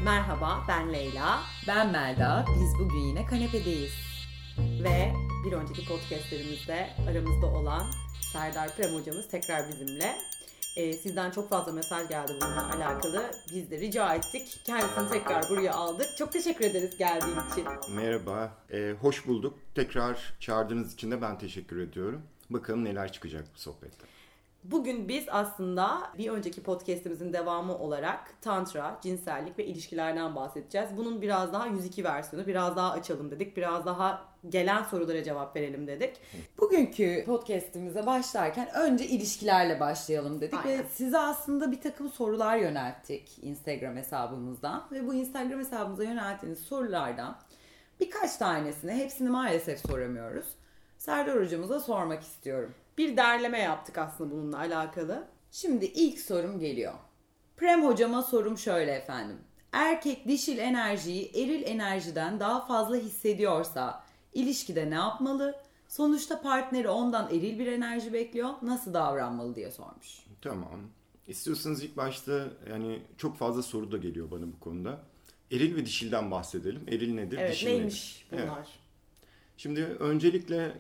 Merhaba, ben Leyla. Ben Melda. Biz bugün yine kanepedeyiz. Ve bir önceki podcastlerimizde aramızda olan Serdar Prem hocamız tekrar bizimle. Sizden çok fazla mesaj geldi bununla alakalı. Biz de rica ettik. Kendisini tekrar buraya aldık. Çok teşekkür ederiz geldiğin için. Merhaba, hoş bulduk. Tekrar çağırdığınız için de ben teşekkür ediyorum. Bakalım neler çıkacak bu sohbette. Bugün biz aslında bir önceki podcastimizin devamı olarak tantra, cinsellik ve ilişkilerden bahsedeceğiz. Bunun biraz daha 102 versiyonu, biraz daha açalım dedik. Biraz daha gelen sorulara cevap verelim dedik. Bugünkü podcastimize başlarken önce ilişkilerle başlayalım dedik. Aynen. Ve size aslında bir takım sorular yönelttik Instagram hesabımızdan. Ve bu Instagram hesabımıza yönelttiğiniz sorulardan birkaç tanesini, hepsini maalesef soramıyoruz, Serdar hocamıza sormak istiyorum. Bir derleme yaptık aslında bununla alakalı. Şimdi ilk sorum geliyor. Prem hocama sorum şöyle efendim. Erkek dişil enerjiyi eril enerjiden daha fazla hissediyorsa ilişkide ne yapmalı? Sonuçta partneri ondan eril bir enerji bekliyor. Nasıl davranmalı diye sormuş. Tamam. İstiyorsanız ilk başta yani çok fazla soru da geliyor bana bu konuda. Eril ve dişilden bahsedelim. Eril nedir, Evet, dişil neymiş nedir? bunlar? Evet. Şimdi öncelikle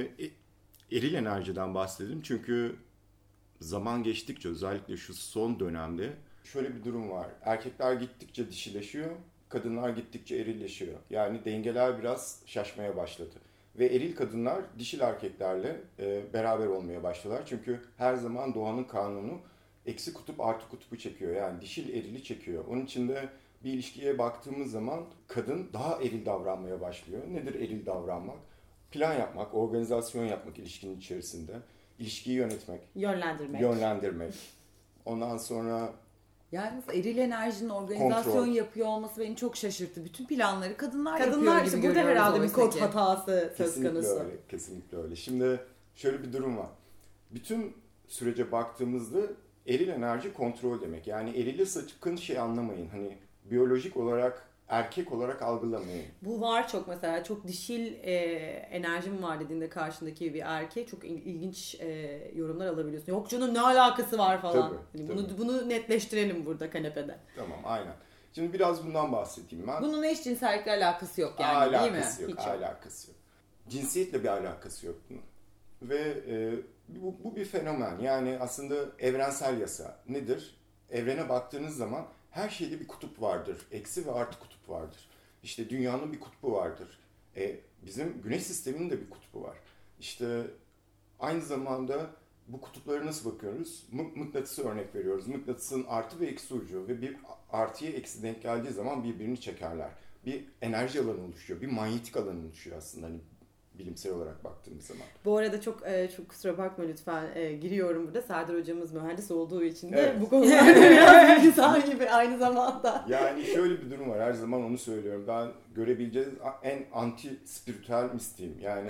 eril enerjiden bahsedelim. Çünkü zaman geçtikçe özellikle şu son dönemde şöyle bir durum var. Erkekler gittikçe dişileşiyor, kadınlar gittikçe erilleşiyor. Yani dengeler biraz şaşmaya başladı. Ve eril kadınlar dişil erkeklerle beraber olmaya başladılar. Çünkü her zaman doğanın kanunu eksi kutup artı kutupu çekiyor. Yani dişil erili çekiyor. Onun için de bir ilişkiye baktığımız zaman kadın daha eril davranmaya başlıyor. Nedir eril davranmak? Plan yapmak, organizasyon yapmak ilişkinin içerisinde. İlişkiyi yönetmek. Yönlendirmek. Ondan sonra Yani eril enerjinin organizasyon kontrol yapıyor olması beni çok şaşırttı. Bütün planları kadınlar Kadınlar yapıyor işte gibi burada görüyoruz herhalde bir oysa kod ki. hatası söz kesinlikle konusu. öyle. Kesinlikle öyle. Şimdi şöyle bir durum var. Bütün sürece baktığımızda eril enerji kontrol demek. Yani erili sakın şey anlamayın. Hani biyolojik olarak erkek olarak algılamayın. Bu var çok mesela. Çok dişil enerjim var dediğinde karşındaki bir erkeğe çok ilginç yorumlar alabiliyorsun. Yok canım ne alakası var falan. Tabii, Hani bunu netleştirelim burada kanepede. Tamam, aynen. Şimdi biraz bundan bahsedeyim ben. Bunun eşcinsellikle alakası yok yani, değil mi? Alakası yok, Hiç yok. alakası yok. Cinsiyetle bir alakası yok bunun. Ve bu bir fenomen. Yani aslında evrensel yasa. Nedir? Evrene baktığınız zaman her şeyde bir kutup vardır. Eksi ve artı kutup vardır. İşte dünyanın bir kutbu vardır. Bizim güneş sisteminin de bir kutbu var. İşte aynı zamanda bu kutuplara nasıl bakıyoruz? Mıknatısı örnek veriyoruz. Mıknatısın artı ve eksi ucu ve bir artıya eksi denk geldiği zaman birbirini çekerler. Bir enerji alanı oluşuyor. Bir manyetik alanı oluşuyor aslında hani bilimsel olarak baktığımız zaman. Bu arada çok kusura bakma lütfen giriyorum burada. Serdar hocamız mühendis olduğu için de Evet. bu konularda biraz bilgi sahibi aynı zamanda. Yani şöyle bir durum var. Her zaman onu söylüyorum. Ben görebileceğiniz en anti spiritüel mistiyim. Yani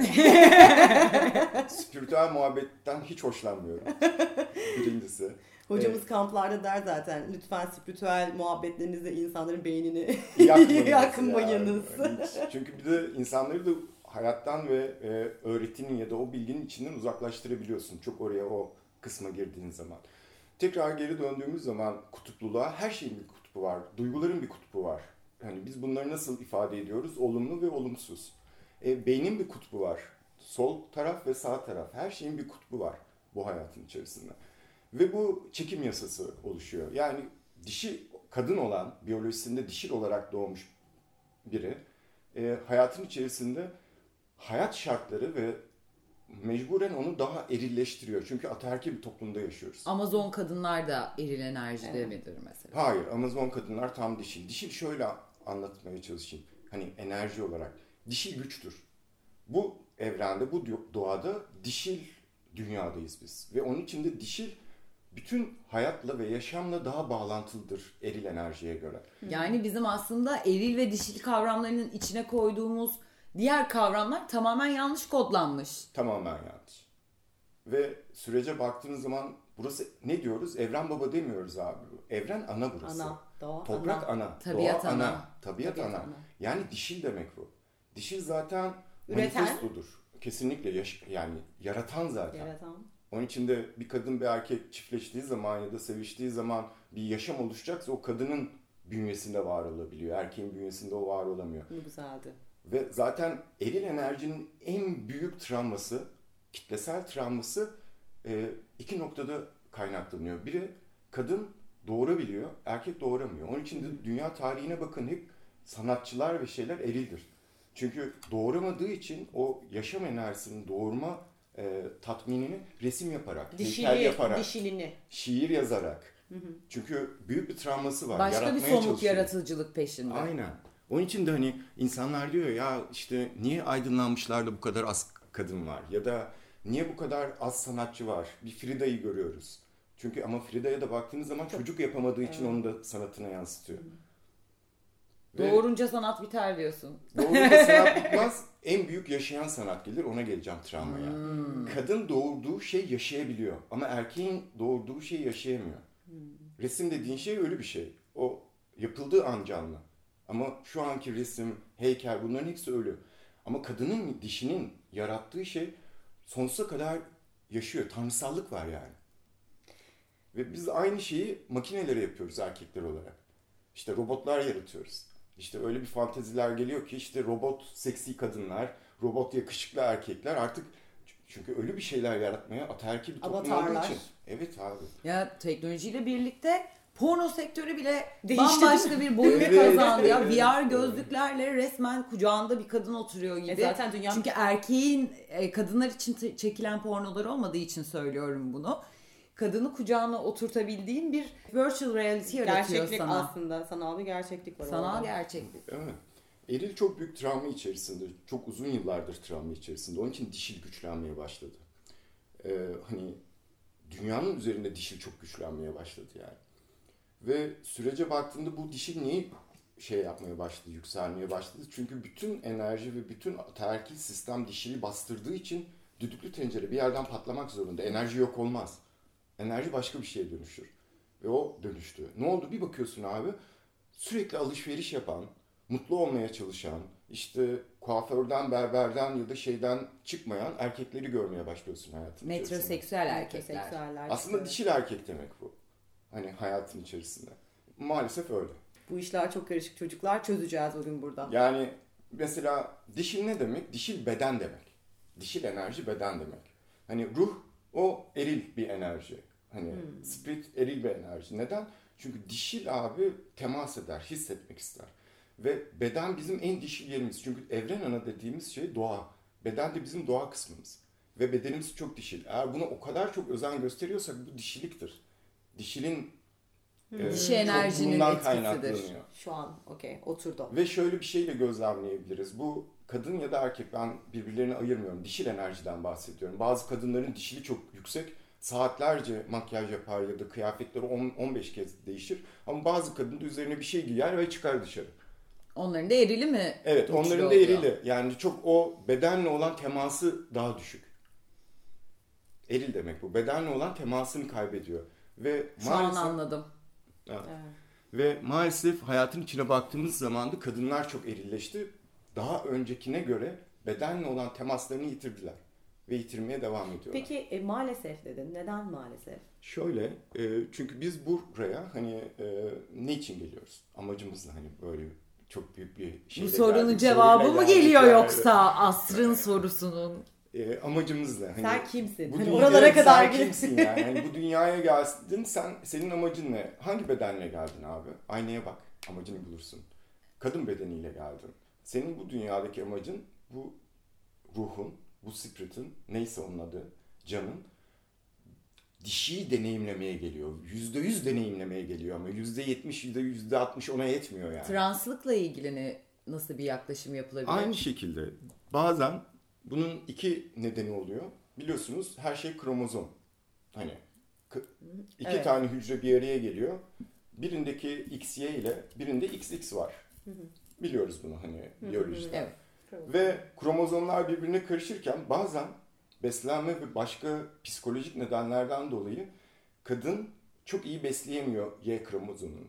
spiritüel muhabbetten hiç hoşlanmıyorum. Birincisi. Hocamız kamplarda der zaten lütfen spiritüel muhabbetlerinizle insanların beynini Yakmayınız. yakmayınız. Yani. Çünkü bir de insanları da hayattan ve öğretinin ya da o bilginin içinden uzaklaştırabiliyorsun. Çok oraya o kısma girdiğin zaman. Tekrar geri döndüğümüz zaman kutupluluğa her şeyin bir kutbu var. Duyguların bir kutbu var. Yani biz bunları nasıl ifade ediyoruz? Olumlu ve olumsuz. Beynin bir kutbu var. Sol taraf ve sağ taraf. Her şeyin bir kutbu var bu hayatın içerisinde. Ve bu çekim yasası oluşuyor. Yani dişi kadın olan, biyolojisinde dişil olarak doğmuş biri hayatın içerisinde hayat şartları ve mecburen onu daha erilleştiriyor. Çünkü ataerkil bir toplumda yaşıyoruz. Amazon kadınlar da eril enerjide midir mesela? Hayır, Amazon kadınlar tam dişil. Dişil şöyle anlatmaya çalışayım. Hani enerji olarak. Dişil güçtür. Bu evrende, bu doğada dişil dünyadayız biz. Ve onun için de dişil bütün hayatla ve yaşamla daha bağlantılıdır eril enerjiye göre. Yani bizim aslında eril ve dişil kavramlarının içine koyduğumuz diğer kavramlar tamamen yanlış kodlanmış. Tamamen yanlış. Ve sürece baktığınız zaman burası ne diyoruz? Evren baba demiyoruz abi. Evren ana burası. Ana, doğa, Toprak ana. Tabiat doğa ana. Tabiat ana. Yani dişil demek bu. Dişil zaten Üreten. manifestodur. Kesinlikle yani yaratan zaten. Yaratan. Onun için de bir kadın bir erkek çiftleştiği zaman ya da seviştiği zaman bir yaşam oluşacaksa o kadının bünyesinde var olabiliyor. Erkeğin bünyesinde o var olamıyor. Bu güzeldi. Ve zaten eril enerjinin en büyük travması, kitlesel travması iki noktada kaynaklanıyor. Biri kadın doğurabiliyor, erkek doğuramıyor. Onun için de dünya tarihine bakın, hep sanatçılar ve şeyler erildir. Çünkü doğuramadığı için o yaşam enerjisinin doğurma tatminini resim yaparak, heykel yaparak, dişilini. şiir yazarak. Çünkü büyük bir travması var. Başka bir Yaratmaya somut çalışıyor. yaratıcılık peşinde. Aynen. Onun için de hani insanlar diyor ya işte niye aydınlanmışlarda bu kadar az kadın var? Ya da niye bu kadar az sanatçı var? Bir Frida'yı görüyoruz. Çünkü ama Frida'ya da baktığınız zaman çocuk yapamadığı için onu da sanatına yansıtıyor. Doğurunca sanat biter diyorsun. Doğurunca sanat bitmez. En büyük yaşayan sanat gelir. Ona geleceğim, travmaya. Kadın doğurduğu şey yaşayabiliyor. Ama erkeğin doğurduğu şey yaşayamıyor. Resim dediğin şey öyle bir şey. O yapıldığı an canlı. Ama şu anki resim, heykel, bunların hepsi ölü. Ama kadının, dişinin yarattığı şey sonsuza kadar yaşıyor. Tanrısallık var yani. Ve biz aynı şeyi makinelere yapıyoruz erkekler olarak. İşte robotlar yaratıyoruz. İşte öyle bir fanteziler geliyor ki işte robot seksi kadınlar, robot yakışıklı erkekler artık, çünkü ölü bir şeyler yaratmaya ataerkil bir toplum Avatarlar. olduğu için. Evet abi. Ya teknolojiyle birlikte porno sektörü bile Değişti, bambaşka bir boyut Evet, kazandı ya. evet. VR gözlüklerle resmen kucağında bir kadın oturuyor gibi. Zaten dünya... Çünkü erkeğin kadınlar için çekilen pornolar olmadığı için söylüyorum bunu. Kadını kucağına oturtabildiğin bir virtual reality yaratıyor gerçeklik sana. aslında. Sanal bir gerçeklik var Sanal orada. gerçeklik. Evet. Eril çok büyük travma içerisinde, çok uzun yıllardır travma içerisinde. Onun için dişil güçlenmeye başladı. Hani dünyanın üzerinde dişil çok güçlenmeye başladı yani. Ve sürece baktığında bu dişil niye şey yapmaya başladı, yükselmeye başladı? Çünkü bütün enerji ve bütün ataerkil sistem dişili bastırdığı için düdüklü tencere bir yerden patlamak zorunda. Enerji yok olmaz. Enerji başka bir şeye dönüşür. Ve o dönüştü. Ne oldu? Bir bakıyorsun abi, sürekli alışveriş yapan, mutlu olmaya çalışan, işte kuaförden, berberden ya da şeyden çıkmayan erkekleri görmeye başlıyorsun hayatın içerisinde. Metroseksüel erkekler. Metroseksüeller Aslında çıkıyor. dişil erkek demek bu. Hani hayatın içerisinde. Maalesef öyle. Bu işler çok karışık çocuklar. Çözeceğiz bugün burada. Yani mesela dişil ne demek? Dişil beden demek. Dişil enerji beden demek. Hani ruh o eril bir enerji. Hani spirit eril bir enerji. Neden? Çünkü dişil abi temas eder, hissetmek ister. Ve beden bizim en dişil yerimiz. Çünkü evren ana dediğimiz şey doğa. Beden de bizim doğa kısmımız. Ve bedenimiz çok dişil. Eğer buna o kadar çok özen gösteriyorsak bu dişiliktir. Dişilin Dişi enerjinin çokluğundan etkisidir. kaynaklanıyor. Şu an okey oturdu. Ve şöyle bir şeyle gözlemleyebiliriz. Bu kadın ya da erkek, ben birbirlerini ayırmıyorum. Dişil enerjiden bahsediyorum. Bazı kadınların dişili çok yüksek. Saatlerce makyaj yapar ya da kıyafetleri 10-15 kez değişir. Ama bazı kadın da üzerine bir şey giyer ve çıkar dışarı. Onların da erili mi? Evet, güçlü onların da oluyor? erili. Yani çok o bedenle olan teması daha düşük. Eril demek bu. Bedenle olan temasını kaybediyor. Ve Şu an anladım. Evet. Evet. Ve maalesef hayatın içine baktığımız zaman da kadınlar çok erilleşti. Daha öncekine göre bedenle olan temaslarını yitirdiler. Ve yitirmeye devam ediyorlar. Peki maalesef dedin. Neden maalesef? Şöyle, çünkü biz buraya hani ne için geliyoruz? Amacımız ne? Hani böyle çok büyük bir şeyle Bu sorunun geldik, cevabı soruyla mı geldik geliyor yani. yoksa asrın sorusunun? Amacımız ne? Hani Sen kimsin? bu Hani dünyaya oralara kadar sen gidip- kimsin yani? Hani bu dünyaya geldin, senin amacın ne? Hangi bedenle geldin abi? Aynaya bak, amacını bulursun. Kadın bedeniyle geldin. Senin bu dünyadaki amacın bu ruhun, bu spiritin, neyse onun adı, canın dişiyi deneyimlemeye geliyor. %100 deneyimlemeye geliyor ama %70, %60 ona yetmiyor yani. Translıkla ilgili nasıl bir yaklaşım yapılabilir? Aynı şekilde bazen bunun iki nedeni oluyor. Biliyorsunuz her şey kromozom. Hani iki Evet. tane hücre bir araya geliyor. Birindeki XY ile birinde XX var. Biliyoruz bunu hani biyolojide. Evet. Ve kromozomlar birbirine karışırken bazen beslenme ve başka psikolojik nedenlerden dolayı kadın çok iyi besleyemiyor Y kromozomunu.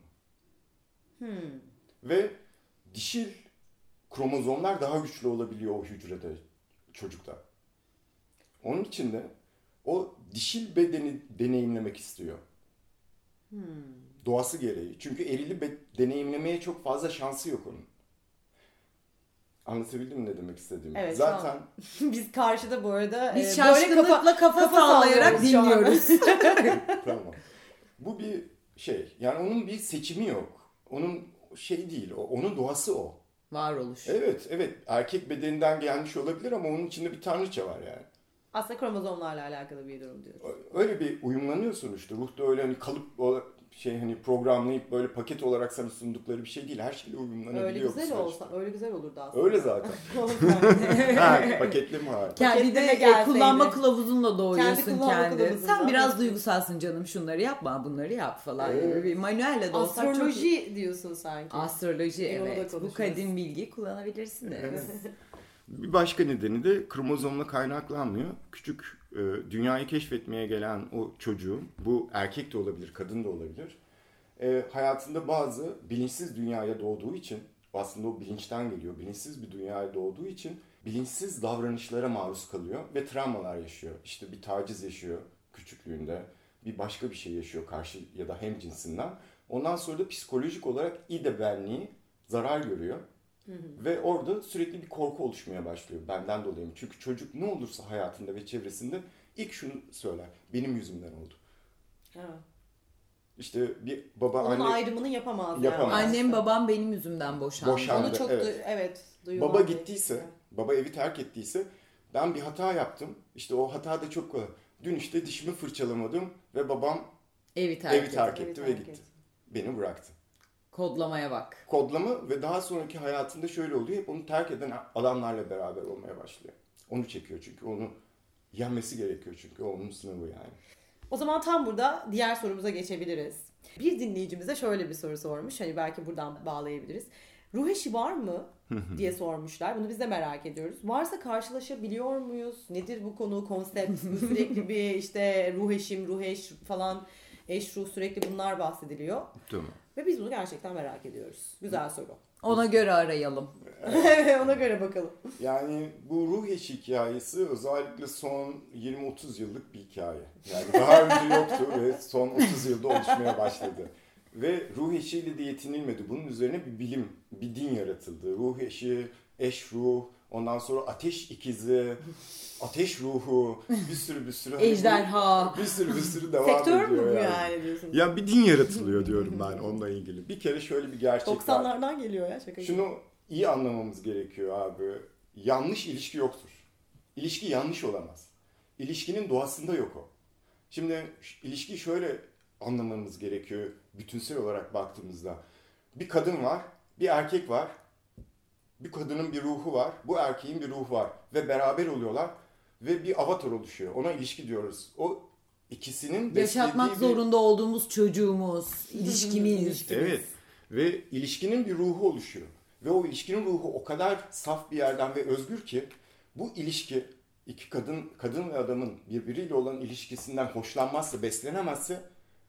Ve dişil kromozomlar daha güçlü olabiliyor o hücrede, çocukta. Onun için de o dişil bedeni deneyimlemek istiyor. Doğası gereği. Çünkü erili deneyimlemeye çok fazla şansı yok onun. Anlatabildim mi ne demek istediğimi? Evet, zaten biz karşıda bu arada Biz böyle şaşkınlıkla kafa sallayarak sallıyoruz şu an. dinliyoruz. tamam. Bu bir şey. Yani onun bir seçimi yok. Onun şey değil. Onun doğası o. Varoluş. Evet. Erkek bedeninden gelmiş olabilir ama onun içinde bir tanrıça var yani. Aslında kromozomlarla alakalı bir durum diyoruz. Öyle bir uyumlanıyor sonuçta. Ruhta öyle hani kalıp şey hani programlayıp böyle paket olarak sana sundukları bir şey değil. Her şeyle uyumlanabiliyor. Öyle güzel olsa, öyle güzel olurdu aslında. Öyle zaten. Paketleme hali. Bir de gelseydi. kullanma kılavuzunla doğuyorsun Kendi kullanma kendi. kılavuzundan Sen biraz yapıyorsun. duygusalsın canım, şunları yapma, bunları yap falan gibi bir manuelle de olsak çok... Astroloji diyorsun sanki. Astroloji, Onu da evet. Bu konuşuruz. kadim bilgi kullanabilirsiniz. Bir başka nedeni de kromozomla kaynaklanmıyor. Küçük dünyayı keşfetmeye gelen o çocuğun, bu erkek de olabilir, kadın da olabilir, hayatında bazı bilinçsiz dünyaya doğduğu için, aslında o bilinçten geliyor, bilinçsiz bir dünyaya doğduğu için bilinçsiz davranışlara maruz kalıyor ve travmalar yaşıyor. İşte bir taciz yaşıyor küçüklüğünde, bir başka bir şey yaşıyor karşı ya da hemcinsinden. Ondan sonra da psikolojik olarak İde benliği zarar görüyor. Ve orada sürekli bir korku oluşmaya başlıyor benden dolayı. Çünkü çocuk ne olursa hayatında ve çevresinde ilk şunu söyler. Benim yüzümden oldu. Evet. İşte bir baba Onun anne ayrımını yapamaz. Yapamaz. Annem babam benim yüzümden boşandı. Boşandı. Onu çok duyuyorum. baba gittiyse, baba evi terk ettiyse ben bir hata yaptım. İşte o hata da çok kolay. Dün işte dişimi fırçalamadım ve babam Evi terk etti ve terk gitti. etti. Beni bıraktı. Kodlamaya bak. Kodlama ve daha sonraki hayatında şöyle oluyor. Hep onu terk eden adamlarla beraber olmaya başlıyor. Onu çekiyor çünkü onu yenmesi gerekiyor çünkü onun sınavı yani. O zaman tam burada diğer sorumuza geçebiliriz. Bir dinleyicimize şöyle bir soru sormuş. Hani belki buradan bağlayabiliriz. Ruh eşi var mı diye sormuşlar. Bunu biz de merak ediyoruz. Varsa karşılaşabiliyor muyuz? Nedir bu konu, konsept? Sürekli bir işte ruh eşim, ruh eş falan, eş ruh, sürekli bunlar bahsediliyor. Tamam. Ve biz bunu gerçekten merak ediyoruz. Güzel soru. Ona göre arayalım. Ona göre bakalım. Yani bu ruh eşi hikayesi özellikle son 20-30 yıllık bir hikaye. Yani daha önce yoktu ve son 30 yılda oluşmaya başladı. Ve ruh eşiyle de yetinilmedi. Bunun üzerine bir bilim, bir din yaratıldı. Ruh eşi, eş ruh, ondan sonra ateş ikizi, ateş ruhu, bir sürü. Ejderha. Bir sürü devam Sektör ediyor mü bu yani. yani diyorsun? Ya bir din yaratılıyor diyorum ben onunla ilgili. Bir kere şöyle bir gerçek var. 90'lardan geliyor ya, şaka gibi. Şunu iyi anlamamız gerekiyor abi. Yanlış ilişki yoktur. İlişki yanlış olamaz. İlişkinin doğasında yok o. Şimdi ilişkiyi şöyle anlamamız gerekiyor bütünsel olarak baktığımızda. Bir kadın var, bir erkek var. Bir kadının bir ruhu var, bu erkeğin bir ruhu var. Ve beraber oluyorlar ve bir avatar oluşuyor. Ona ilişki diyoruz. O ikisinin Yaşatmak beslediği zorunda olduğumuz çocuğumuz, ilişkimiz. Evet. Ve ilişkinin bir ruhu oluşuyor. Ve o ilişkinin ruhu o kadar saf bir yerden ve özgür ki bu ilişki iki kadın ve adamın birbiriyle olan ilişkisinden hoşlanmazsa, beslenemezse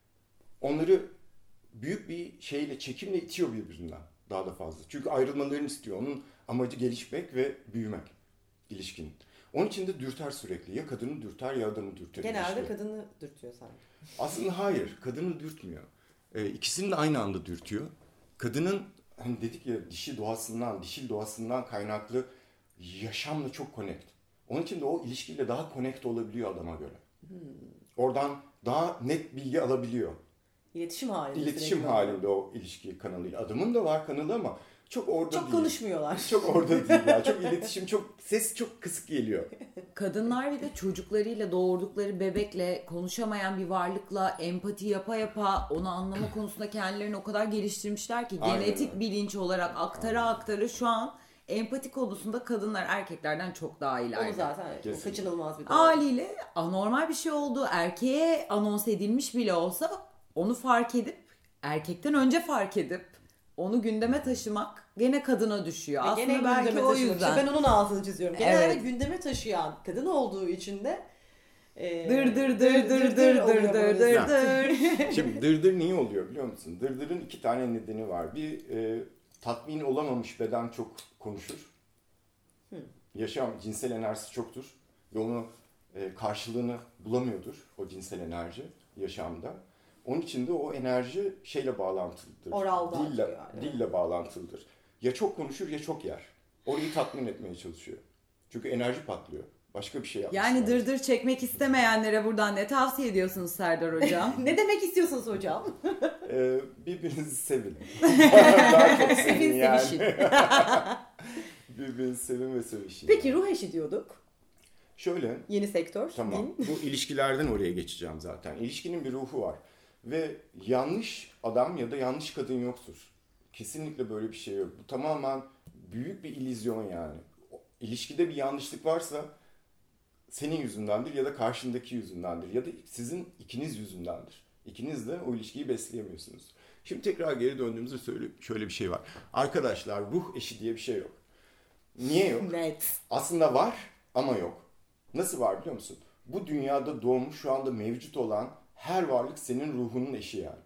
onları büyük bir şeyle, çekimle itiyor birbirinden daha da fazla. Çünkü ayrılmalarını istiyor. Onun amacı gelişmek ve büyümek ilişkinin. Onun için de dürter sürekli. Ya kadını dürter ya adamı dürter. Genelde ilişki. kadını dürtüyor sanki. Aslında hayır. Kadını dürtmüyor. İkisini de aynı anda dürtüyor. Kadının hani dedik ya dişil doğasından kaynaklı yaşamla çok connect. Onun için de o ilişkiyle daha connect olabiliyor adama göre. Oradan daha net bilgi alabiliyor. İletişim halinde. İletişim halinde o ilişki kanalıyla. Adamın da var kanalı ama çok orada Çok değil. konuşmuyorlar. Çok orada değil ya. Çok iletişim, ses çok kısık geliyor. Kadınlar bir de çocuklarıyla doğurdukları bebekle konuşamayan bir varlıkla empati yapa onu anlama konusunda kendilerini o kadar geliştirmişler ki Aynen genetik öyle. bilinç olarak aktara şu an empati konusunda kadınlar erkeklerden çok daha ileride. Onu zaten Kesinlikle. kaçınılmaz bir durum. Haliyle anormal bir şey oldu. Erkeğe anons edilmiş bile olsa onu fark edip, erkekten önce fark edip onu gündeme taşımak gene kadına düşüyor. Gene Aslında belki gündeme o taşımak. yüzden. İşte ben onun altını çiziyorum. Genelde Evet. gündeme taşıyan kadın olduğu için de Dır dır. Şimdi dırdır niye oluyor biliyor musun? Dırdırın 2 tane nedeni var. Bir tatmin olamamış beden çok konuşur. Yaşam cinsel enerjisi çoktur. Ve onu karşılığını bulamıyordur o cinsel enerji yaşamda. Onun için de o enerji şeyle bağlantılıdır. Oraldan yani. Dille bağlantılıdır. Ya çok konuşur ya çok yer. Orayı tatmin etmeye çalışıyor. Çünkü enerji patlıyor. Başka bir şey yapmış. Yani dırdır çekmek istemeyenlere buradan ne tavsiye ediyorsunuz Serdar Hocam? Ne demek istiyorsunuz hocam? Birbirinizi sevin. Daha çok sevin Sevin yani. sevişin. Birbirinizi sevin ve sevişin. Peki yani. ruh eşi diyorduk. Şöyle. Yeni sektör. Tamam. Din. Bu ilişkilerden oraya geçeceğim zaten. İlişkinin bir ruhu var. Ve yanlış adam ya da yanlış kadın yoktur. Kesinlikle böyle bir şey yok. Bu tamamen büyük bir illüzyon yani. İlişkide bir yanlışlık varsa senin yüzündendir ya da karşındaki yüzündendir ya da sizin ikiniz yüzündendir. İkiniz de o ilişkiyi besleyemiyorsunuz. Şimdi tekrar geri döndüğümüzde şöyle bir şey var. Arkadaşlar ruh eşi diye bir şey yok. Niye yok? Net. Aslında var ama yok. Nasıl var biliyor musun? Bu dünyada doğmuş şu anda mevcut olan her varlık senin ruhunun eşi yani.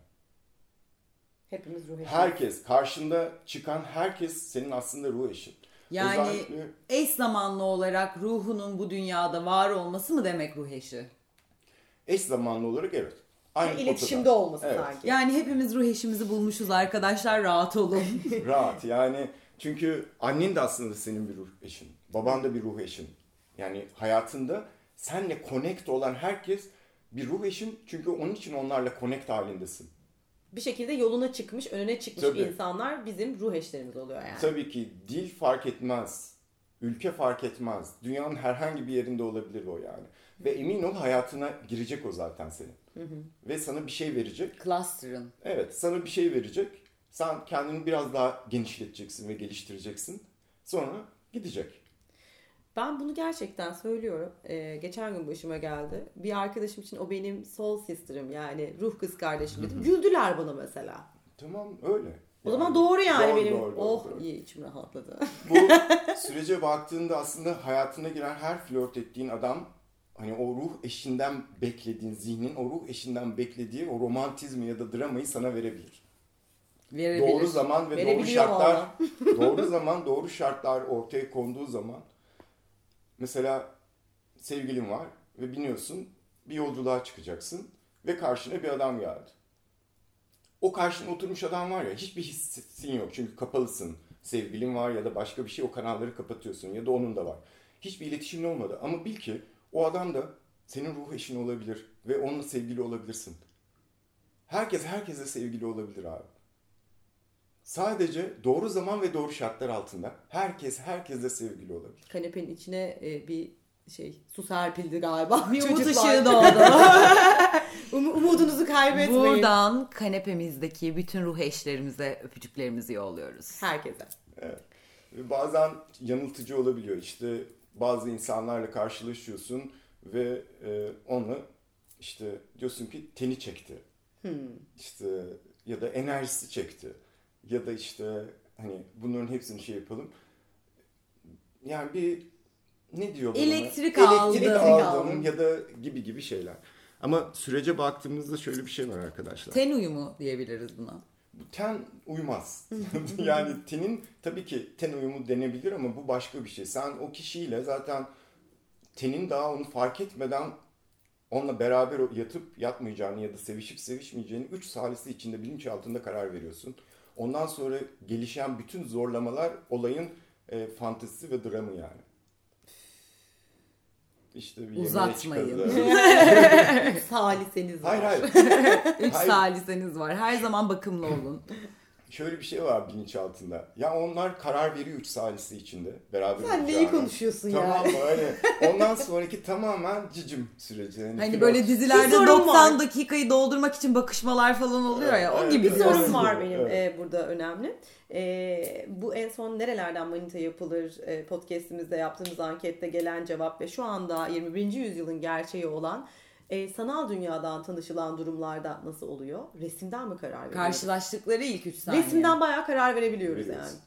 Hepimiz ruh eşi. Herkes, karşında çıkan herkes senin aslında ruh eşin. Yani Özellikle eş zamanlı olarak ruhunun bu dünyada var olması mı demek ruh eşi? eş zamanlı olarak evet. Aynı İletişimde potada. olması Evet. sanki. Yani hepimiz ruh eşimizi bulmuşuz arkadaşlar, rahat olun. Rahat yani çünkü annen de aslında senin bir ruh eşin. Baban da bir ruh eşin. Yani hayatında seninle connect olan herkes bir ruh eşin. Çünkü onun için onlarla connect halindesin. Bir şekilde yoluna çıkmış, önüne çıkmış Tabii. insanlar bizim ruh eşlerimiz oluyor yani. Tabii ki dil fark etmez. Ülke fark etmez. Dünyanın herhangi bir yerinde olabilir o yani. Ve emin ol hayatına girecek o zaten senin. Ve sana bir şey verecek. Cluster'ın. Evet, sana bir şey verecek. Sen kendini biraz daha genişleteceksin ve geliştireceksin. Sonra gidecek. Ben bunu gerçekten söylüyorum. Geçen gün başıma geldi. Bir arkadaşım için o benim soul sister'ım yani ruh kız kardeşim dedim. Güldüler bana mesela. Tamam, öyle. O zaman doğru yani Doğru, benim. doğru, Oh doğru. iyi içim rahatladı. Bu sürece baktığında aslında hayatına giren her flört ettiğin adam hani o ruh eşinden beklediğin, zihnin o ruh eşinden beklediği o romantizmi ya da dramayı sana verebilir. Verebilir. Doğru zaman ve doğru Verebiliyor şartlar, doğru zaman, doğru şartlar ortaya konduğu zaman mesela sevgilin var ve biniyorsun bir yolculuğa çıkacaksın ve karşına bir adam geldi. O karşına oturmuş adam var ya hiçbir hissin yok çünkü kapalısın. Sevgilin var ya da başka bir şey o kanalları kapatıyorsun ya da onun da var. Hiçbir iletişimin olmadı ama bil ki o adam da senin ruh eşin olabilir ve onunla sevgili olabilirsin. Herkes herkese sevgili olabilir abi. Sadece doğru zaman ve doğru şartlar altında herkes herkesle sevgili olabilir. Kanepenin içine bir su serpildi galiba. Bir umut Çocuklar. ışığı doğdu. Umudunuzu kaybetmeyin. Buradan kanepemizdeki bütün ruh eşlerimize öpücüklerimizi yolluyoruz. Herkese. Evet. Ve bazen yanıltıcı olabiliyor. İşte bazı insanlarla karşılaşıyorsun ve onu işte diyorsun ki teni çekti. İşte ya da enerjisi çekti. Ya da işte hani bunların hepsini şey yapalım. Yani bir ne diyorlar ona? Elektrik aldım. aldım ya da gibi şeyler. Ama sürece baktığımızda şöyle bir şey var arkadaşlar. Ten uyumu diyebiliriz buna. Bu ten uymaz. Yani tenin tabii ki ten uyumu denebilir ama bu başka bir şey. Sen o kişiyle zaten tenin daha onu fark etmeden onunla beraber yatıp yatmayacağını ya da sevişip sevişmeyeceğini 3 salisi içinde bilinçaltında karar veriyorsun. Ondan sonra gelişen bütün zorlamalar olayın fantezisi ve dramı yani. İşte bir Uzatmayın. Saliseniz var. Hayır. 3 Hayır. saliseniz var. Her zaman bakımlı olun. Şöyle bir şey var bilinçaltında. Ya onlar karar veriyor 3 salisi içinde. Beraber Sen neyi olacağını. konuşuyorsun Tamam yani? mı öyle. Ondan sonraki tamamen cicim süreci. Hani flört. böyle dizilerde Bir sorun 90 var. dakikayı doldurmak için bakışmalar falan oluyor ya. O Evet, gibi Bir evet. sorun diyorsun. var benim Evet. burada önemli. Bu en son nerelerden manita yapılır podcastimizde yaptığımız ankette gelen cevap ve şu anda 21. yüzyılın gerçeği olan sanal dünyadan tanışılan durumlarda nasıl oluyor? Resimden mi karar veriyoruz? Karşılaştıkları ilk 3 saniye. Resimden bayağı karar verebiliyoruz Veriyoruz. yani.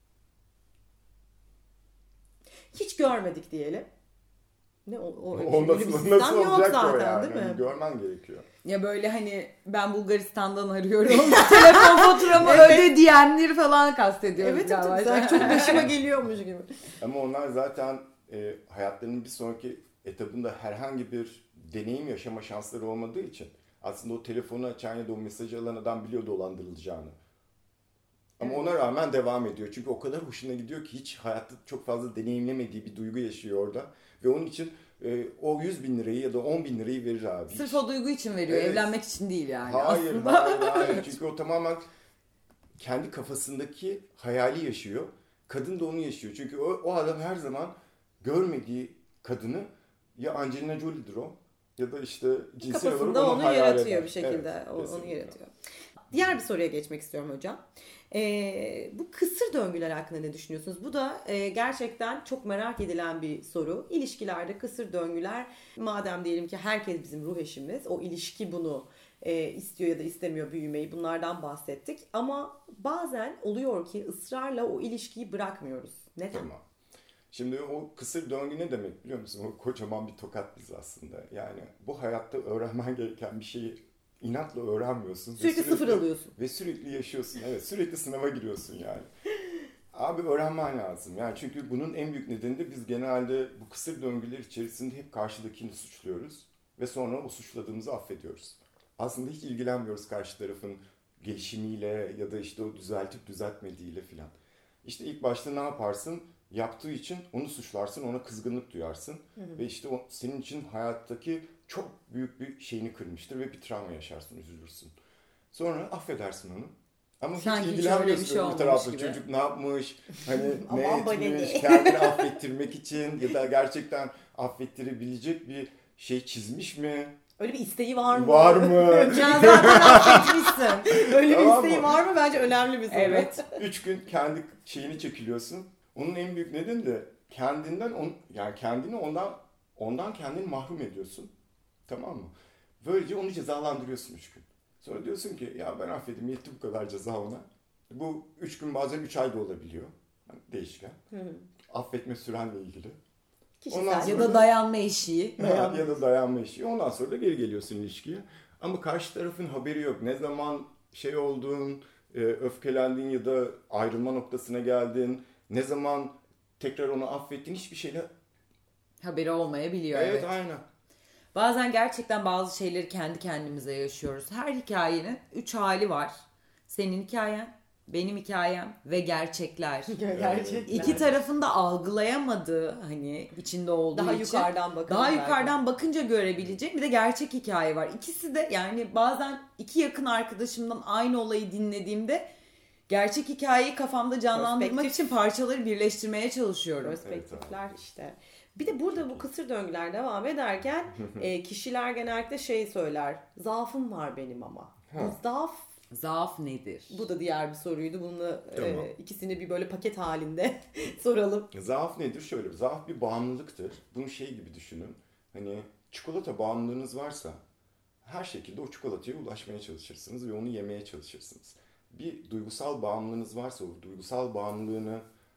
Hiç görmedik diyelim. Ne o O öyle bir sistem nasıl yok olacak zaten o yani? değil mi? Hani görmen gerekiyor. Ya böyle hani ben Bulgaristan'dan arıyorum. Telefon faturamı öde diyenleri falan kastediyoruz Evet galiba. evet sanki çok başıma geliyormuş gibi. Ama onlar zaten hayatlarının bir sonraki etabında herhangi bir deneyim yaşama şansları olmadığı için Aslında o telefonu açan ya da o mesajı alan adam biliyor dolandırılacağını. Ama Evet. ona rağmen devam ediyor. Çünkü o kadar hoşuna gidiyor ki hiç hayatta çok fazla deneyimlemediği bir duygu yaşıyor orada. Ve onun için o 100 bin lirayı ya da 10 bin lirayı verir abi. Sırf o duygu için veriyor. Evet. Evlenmek için değil yani Hayır, aslında. hayır. Çünkü o tamamen kendi kafasındaki hayali yaşıyor. Kadın da onu yaşıyor. Çünkü o adam her zaman görmediği kadını ya Angelina Jolie'dir o ya da işte cinsel olarak Kafasında onu onu hayal yaratıyor eder. bir şekilde. Evet, Onu yaratıyor. Diğer bir soruya geçmek istiyorum hocam. Bu kısır döngüler hakkında ne düşünüyorsunuz? Bu da gerçekten çok merak edilen bir soru. İlişkilerde kısır döngüler, madem diyelim ki herkes bizim ruh eşimiz, o ilişki bunu istiyor ya da istemiyor büyümeyi, bunlardan bahsettik. Ama bazen oluyor ki ısrarla o ilişkiyi bırakmıyoruz. Neden? Tamam. Şimdi o kısır döngü ne demek biliyor musun? O kocaman bir tokat bizi aslında. Yani bu hayatta öğrenmen gereken bir şeyi inatla öğrenmiyorsun. Sürekli sıfır alıyorsun. Ve sürekli yaşıyorsun. Evet, sürekli sınava giriyorsun yani. Abi öğrenmen lazım. Yani çünkü bunun en büyük nedeni de biz genelde bu kısır döngüler içerisinde hep karşıdakini suçluyoruz. Ve sonra o suçladığımızı affediyoruz. Aslında hiç ilgilenmiyoruz karşı tarafın gelişimiyle ya da işte o düzeltip düzeltmediğiyle filan. İşte ilk başta ne yaparsın? Yaptığı için onu suçlarsın, ona kızgınlık duyarsın. Ve işte o senin için hayattaki çok büyük bir şeyini kırmıştır ve bir travma yaşarsın, üzülürsün. Sonra affedersin onu. Ama Sanki hiç hiç öyle bir ilgilenmiyorsun şey bir olmamış tarafta. gibi. Çocuk ne yapmış, hani ne Aman bana etmiş, ne? kendini affettirmek için ya da gerçekten affettirebilecek bir şey çizmiş mi? Öyle bir isteği var mı? Var mı? Sen zaten affetmişsin. Öyle bir Tamam isteği mı? var mı? Bence önemli bir soru. Evet. 3 gün kendi şeyini çekiliyorsun. Onun en büyük nedeni de yani kendini ondan kendini mahrum ediyorsun. Tamam mı? Böylece onu cezalandırıyorsun 3 gün. Sonra diyorsun ki ya ben affedeyim, yetti bu kadar ceza ona. Bu 3 gün bazen 3 ay da olabiliyor. Yani değişken. Affetme sürenle ilgili. Kişisel. Ondan sonra- Ya da dayanma eşiği. Ya da dayanma işi. Ondan sonra da geri geliyorsun ilişkiye. Ama karşı tarafın haberi yok. Ne zaman şey oldun, öfkelendin ya da ayrılma noktasına geldin. Ne zaman tekrar onu affettin, hiçbir şeyle... Haberi olmayabiliyor. Evet, aynen. Bazen gerçekten bazı şeyleri kendi kendimize yaşıyoruz. Her hikayenin 3 hali var. Senin hikayen, benim hikayem ve gerçekler. Gerçekten. İki tarafın da algılayamadığı, hani içinde olduğu Daha için yukarıdan bakın. daha yukarıdan bakınca görebilecek bir de gerçek hikaye var. İkisi de, yani bazen iki yakın arkadaşımdan aynı olayı dinlediğimde gerçek hikayeyi kafamda canlandırmak için parçaları birleştirmeye çalışıyorum. Perspektifler işte. Bir de burada bu kısır döngüler devam ederken kişiler genellikle şey söyler. Zaafım var benim ama. Bu Zaaf nedir? bu da diğer bir soruydu. Bunu Tamam. ikisini bir böyle paket halinde soralım. Zaaf nedir? Şöyle, zaaf bir bağımlılıktır. Bunu şey gibi düşünün. Hani çikolata bağımlılığınız varsa her şekilde o çikolataya ulaşmaya çalışırsınız ve onu yemeye çalışırsınız. Bir duygusal bağımlılığınız varsa, o duygusal bağımlılığını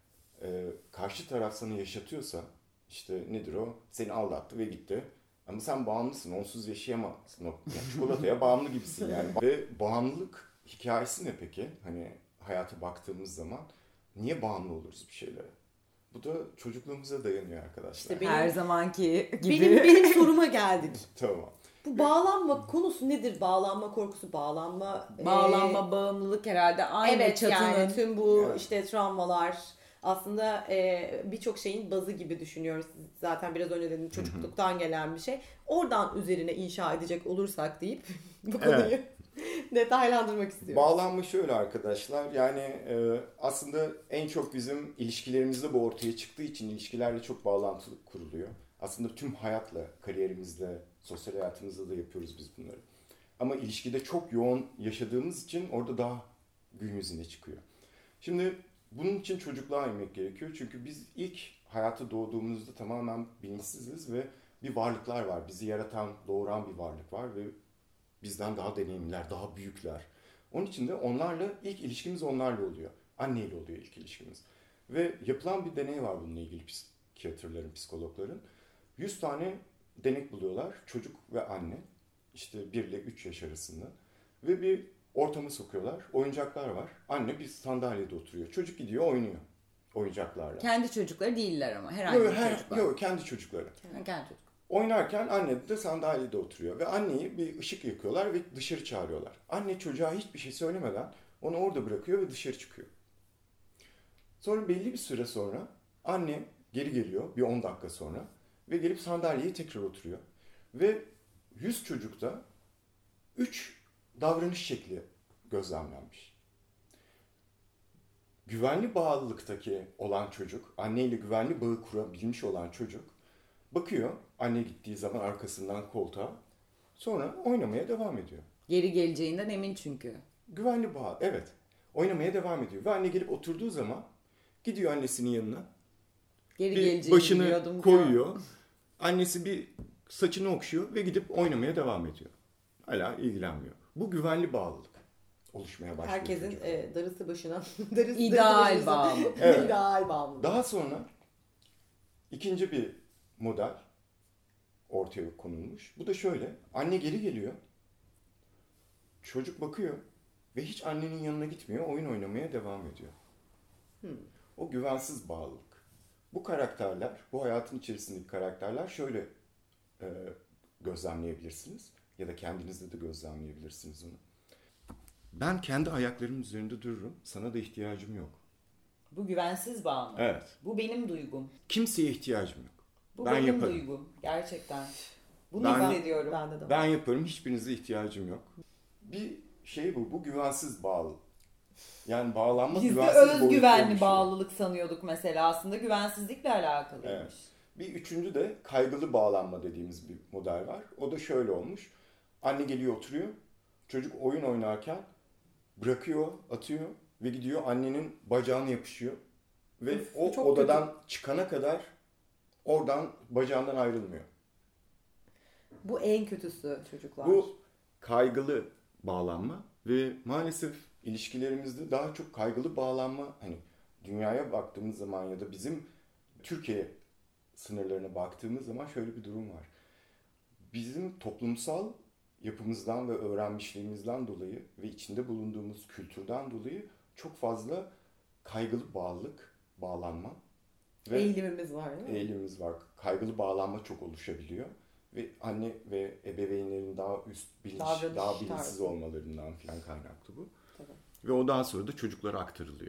karşı taraf sana yaşatıyorsa, işte nedir o? Seni aldattı ve gitti. Ama sen bağımlısın, onsuz yaşayamazsın. Yani çikolataya bağımlı gibisin yani. Ve bağımlılık hikayesi ne peki? Hani hayata baktığımız zaman niye bağımlı oluruz bir şeylere? Bu da çocukluğumuza dayanıyor arkadaşlar. İşte Her zamanki gibi. benim soruma geldik. Tamam. Bu bağlanma konusu nedir? Bağlanma korkusu, bağlanma Bağımlılık herhalde aynı evet, çatının. yani tüm bu Evet. işte travmalar aslında birçok şeyin bazı gibi düşünüyoruz. Zaten biraz önce dedim, çocukluktan gelen bir şey. Oradan üzerine inşa edecek olursak deyip bu konuyu detaylandırmak istiyorum. Bağlanma şöyle arkadaşlar, yani aslında en çok bizim ilişkilerimizde bu ortaya çıktığı için ilişkilerle çok bağlantı kuruluyor. Aslında tüm hayatla, kariyerimizde, sosyal hayatımızda da yapıyoruz biz bunları. Ama ilişkide çok yoğun yaşadığımız için orada daha gün yüzüne çıkıyor. Şimdi bunun için çocukluğa inmek gerekiyor. Çünkü biz ilk hayata doğduğumuzda tamamen bilinçsiziz ve bir varlıklar var. Bizi yaratan, doğuran bir varlık var ve bizden daha deneyimliler, daha büyükler. Onun için de onlarla, ilk ilişkimiz onlarla oluyor. Anneyle oluyor ilk ilişkimiz. Ve yapılan bir deney var bununla ilgili psikiyatrların, psikologların. 100 tane denek buluyorlar. Çocuk ve anne. İşte 1 ile 3 yaş arasında. Ve bir ortama sokuyorlar. Oyuncaklar var. Anne bir sandalyede oturuyor. Çocuk gidiyor, oynuyor oyuncaklarla. Kendi çocukları değiller ama herhangi bir çocuklar. Yok, kendi çocukları. Kendi çocuk. Oynarken anne de sandalyede oturuyor ve anneyi bir ışık yakıyorlar ve dışarı çağırıyorlar. Anne çocuğa hiçbir şey söylemeden onu orada bırakıyor ve dışarı çıkıyor. Sonra belli bir süre sonra anne geri geliyor bir 10 dakika sonra ve gelip sandalyeye tekrar oturuyor. Ve 100 çocukta 3 davranış şekli gözlemlenmiş. Güvenli bağlılıktaki olan çocuk, anneyle güvenli bağı kurabilmiş olan çocuk bakıyor anne gittiği zaman arkasından koltuğa, sonra oynamaya devam ediyor. Geri geleceğinden emin çünkü. Güvenli bağ, evet. Oynamaya devam ediyor ve anne gelip oturduğu zaman gidiyor annesinin yanına. Geri Bir geleceğini başını biliyordum koyuyor. Annesi bir saçını okşuyor ve gidip oynamaya devam ediyor. Hala ilgilenmiyor. Bu güvenli bağlılık oluşmaya başlıyor. Herkesin çocuk. darısı başına. İdeal bağımlılık. Evet. İdeal bağımlılık. Daha sonra ikinci bir model ortaya konulmuş. Bu da şöyle. Anne geri geliyor. Çocuk bakıyor ve hiç annenin yanına gitmiyor. Oyun oynamaya devam ediyor. O güvensiz bağlılık. Bu karakterler, bu hayatın içerisindeki karakterler şöyle gözlemleyebilirsiniz. Ya da kendinizde de gözlemleyebilirsiniz onu. Ben kendi ayaklarımın üzerinde dururum. Sana da ihtiyacım yok. Bu güvensiz bağımlılık. Evet. Bu benim duygum. Kimseye ihtiyacım yok. Bu Ben benim yaparım. duygum. Gerçekten. Bunu Ben- hissediyorum. Bende de var. Ben yaparım, hiçbirinize ihtiyacım yok. Bir şey bu güvensiz bağlılık. Yani bağlanma Biz de güvensiz boyutlara özgüvenli düşüyor. bağlılık sanıyorduk mesela. Aslında güvensizlikle alakalıymış. Evet. Bir üçüncü de kaygılı bağlanma dediğimiz bir model var. O da şöyle olmuş. Anne geliyor oturuyor. Çocuk oyun oynarken bırakıyor, atıyor ve gidiyor annenin bacağına yapışıyor. Ve Üf, o çok odadan çıkana kadar oradan bacağından ayrılmıyor. Bu en kötüsü çocuklar. Bu kaygılı bağlanma ve maalesef ilişkilerimizde daha çok kaygılı bağlanma, hani dünyaya baktığımız zaman ya da bizim Türkiye sınırlarına baktığımız zaman şöyle bir durum var. Bizim toplumsal yapımızdan ve öğrenmişliğimizden dolayı ve içinde bulunduğumuz kültürden dolayı çok fazla kaygılı bağlanma ve Eğilimimiz var değil mi? eğilimimiz var. Kaygılı bağlanma çok oluşabiliyor. Ve anne ve ebeveynlerin daha üst bilinç, Davranış daha bilinçsiz tarzı. olmalarından falan kaynaklı bu. Tabii. Ve ondan sonra da çocuklara aktarılıyor.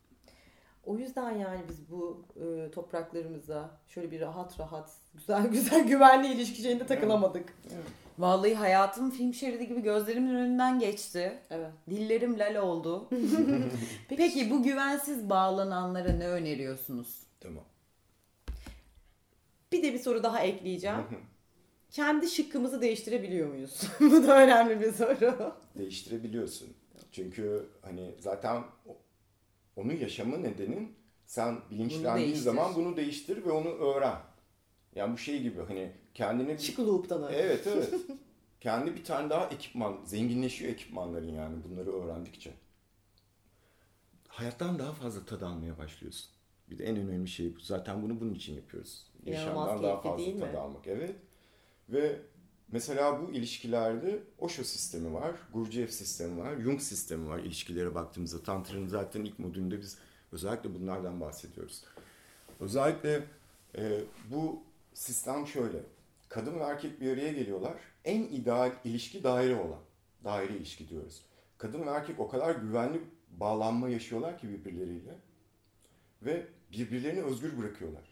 O yüzden yani biz bu topraklarımıza şöyle bir rahat güzel güzel güvenli ilişki şeyinde takılamadık. Vallahi hayatım film şeridi gibi gözlerimin önünden geçti. Evet. Dillerim lal oldu. Peki bu güvensiz bağlananlara ne öneriyorsunuz? Tamam. Bir de bir soru daha ekleyeceğim. Kendi şıkkımızı değiştirebiliyor muyuz? Bu da önemli bir soru. Değiştirebiliyorsun. Çünkü hani zaten onu yaşama nedenin sen bilinçlendiğin değiştir. zaman bunu değiştir ve onu öğren. Yani bu şey gibi hani kendine Çık loop'tan öyle. Evet. Kendi bir tane daha ekipman, zenginleşiyor ekipmanların yani bunları öğrendikçe. Hayattan daha fazla tad almaya başlıyorsun. Bir de en önemli şey bu. Zaten bunu bunun için yapıyoruz. İnanılmaz Yaşamdan daha keyifli değil fazla mi? tad almak. Evet. Ve mesela bu ilişkilerde Osho sistemi var, Gurdjieff sistemi var, Jung sistemi var ilişkilere baktığımızda. Tantra'nın zaten ilk modülünde biz özellikle bunlardan bahsediyoruz. Özellikle bu sistem şöyle. Kadın ve erkek bir araya geliyorlar. En ideal ilişki daire olan. Daire ilişki diyoruz. Kadın ve erkek o kadar güvenli bağlanma yaşıyorlar ki birbirleriyle. Ve birbirlerini özgür bırakıyorlar.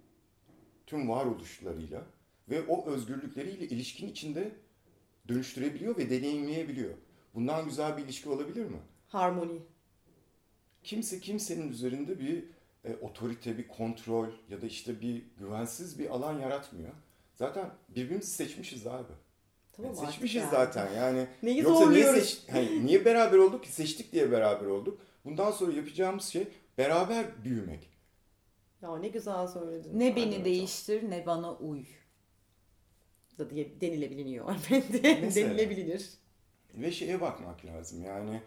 Tüm varoluşlarıyla. Ve o özgürlükleriyle ilişkinin içinde dönüştürebiliyor ve deneyimleyebiliyor. Bundan güzel bir ilişki olabilir mi? Harmoni. Kimse kimsenin üzerinde bir otorite, bir kontrol ya da işte bir güvensiz bir alan yaratmıyor. Zaten birbirimizi seçmişiz abi. Tamam Yani artık seçmişiz yani. zaten yani. Neyi Yoksa niye, zorluyoruz? niye beraber olduk ki? Seçtik diye beraber olduk. Bundan sonra yapacağımız şey beraber büyümek. Ya ne güzel söyledin. Ne beni Pardon. değiştir ne bana uy. Da diye denilebiliniyor. Mesela. Denilebilir. Ve şeye bakmak lazım yani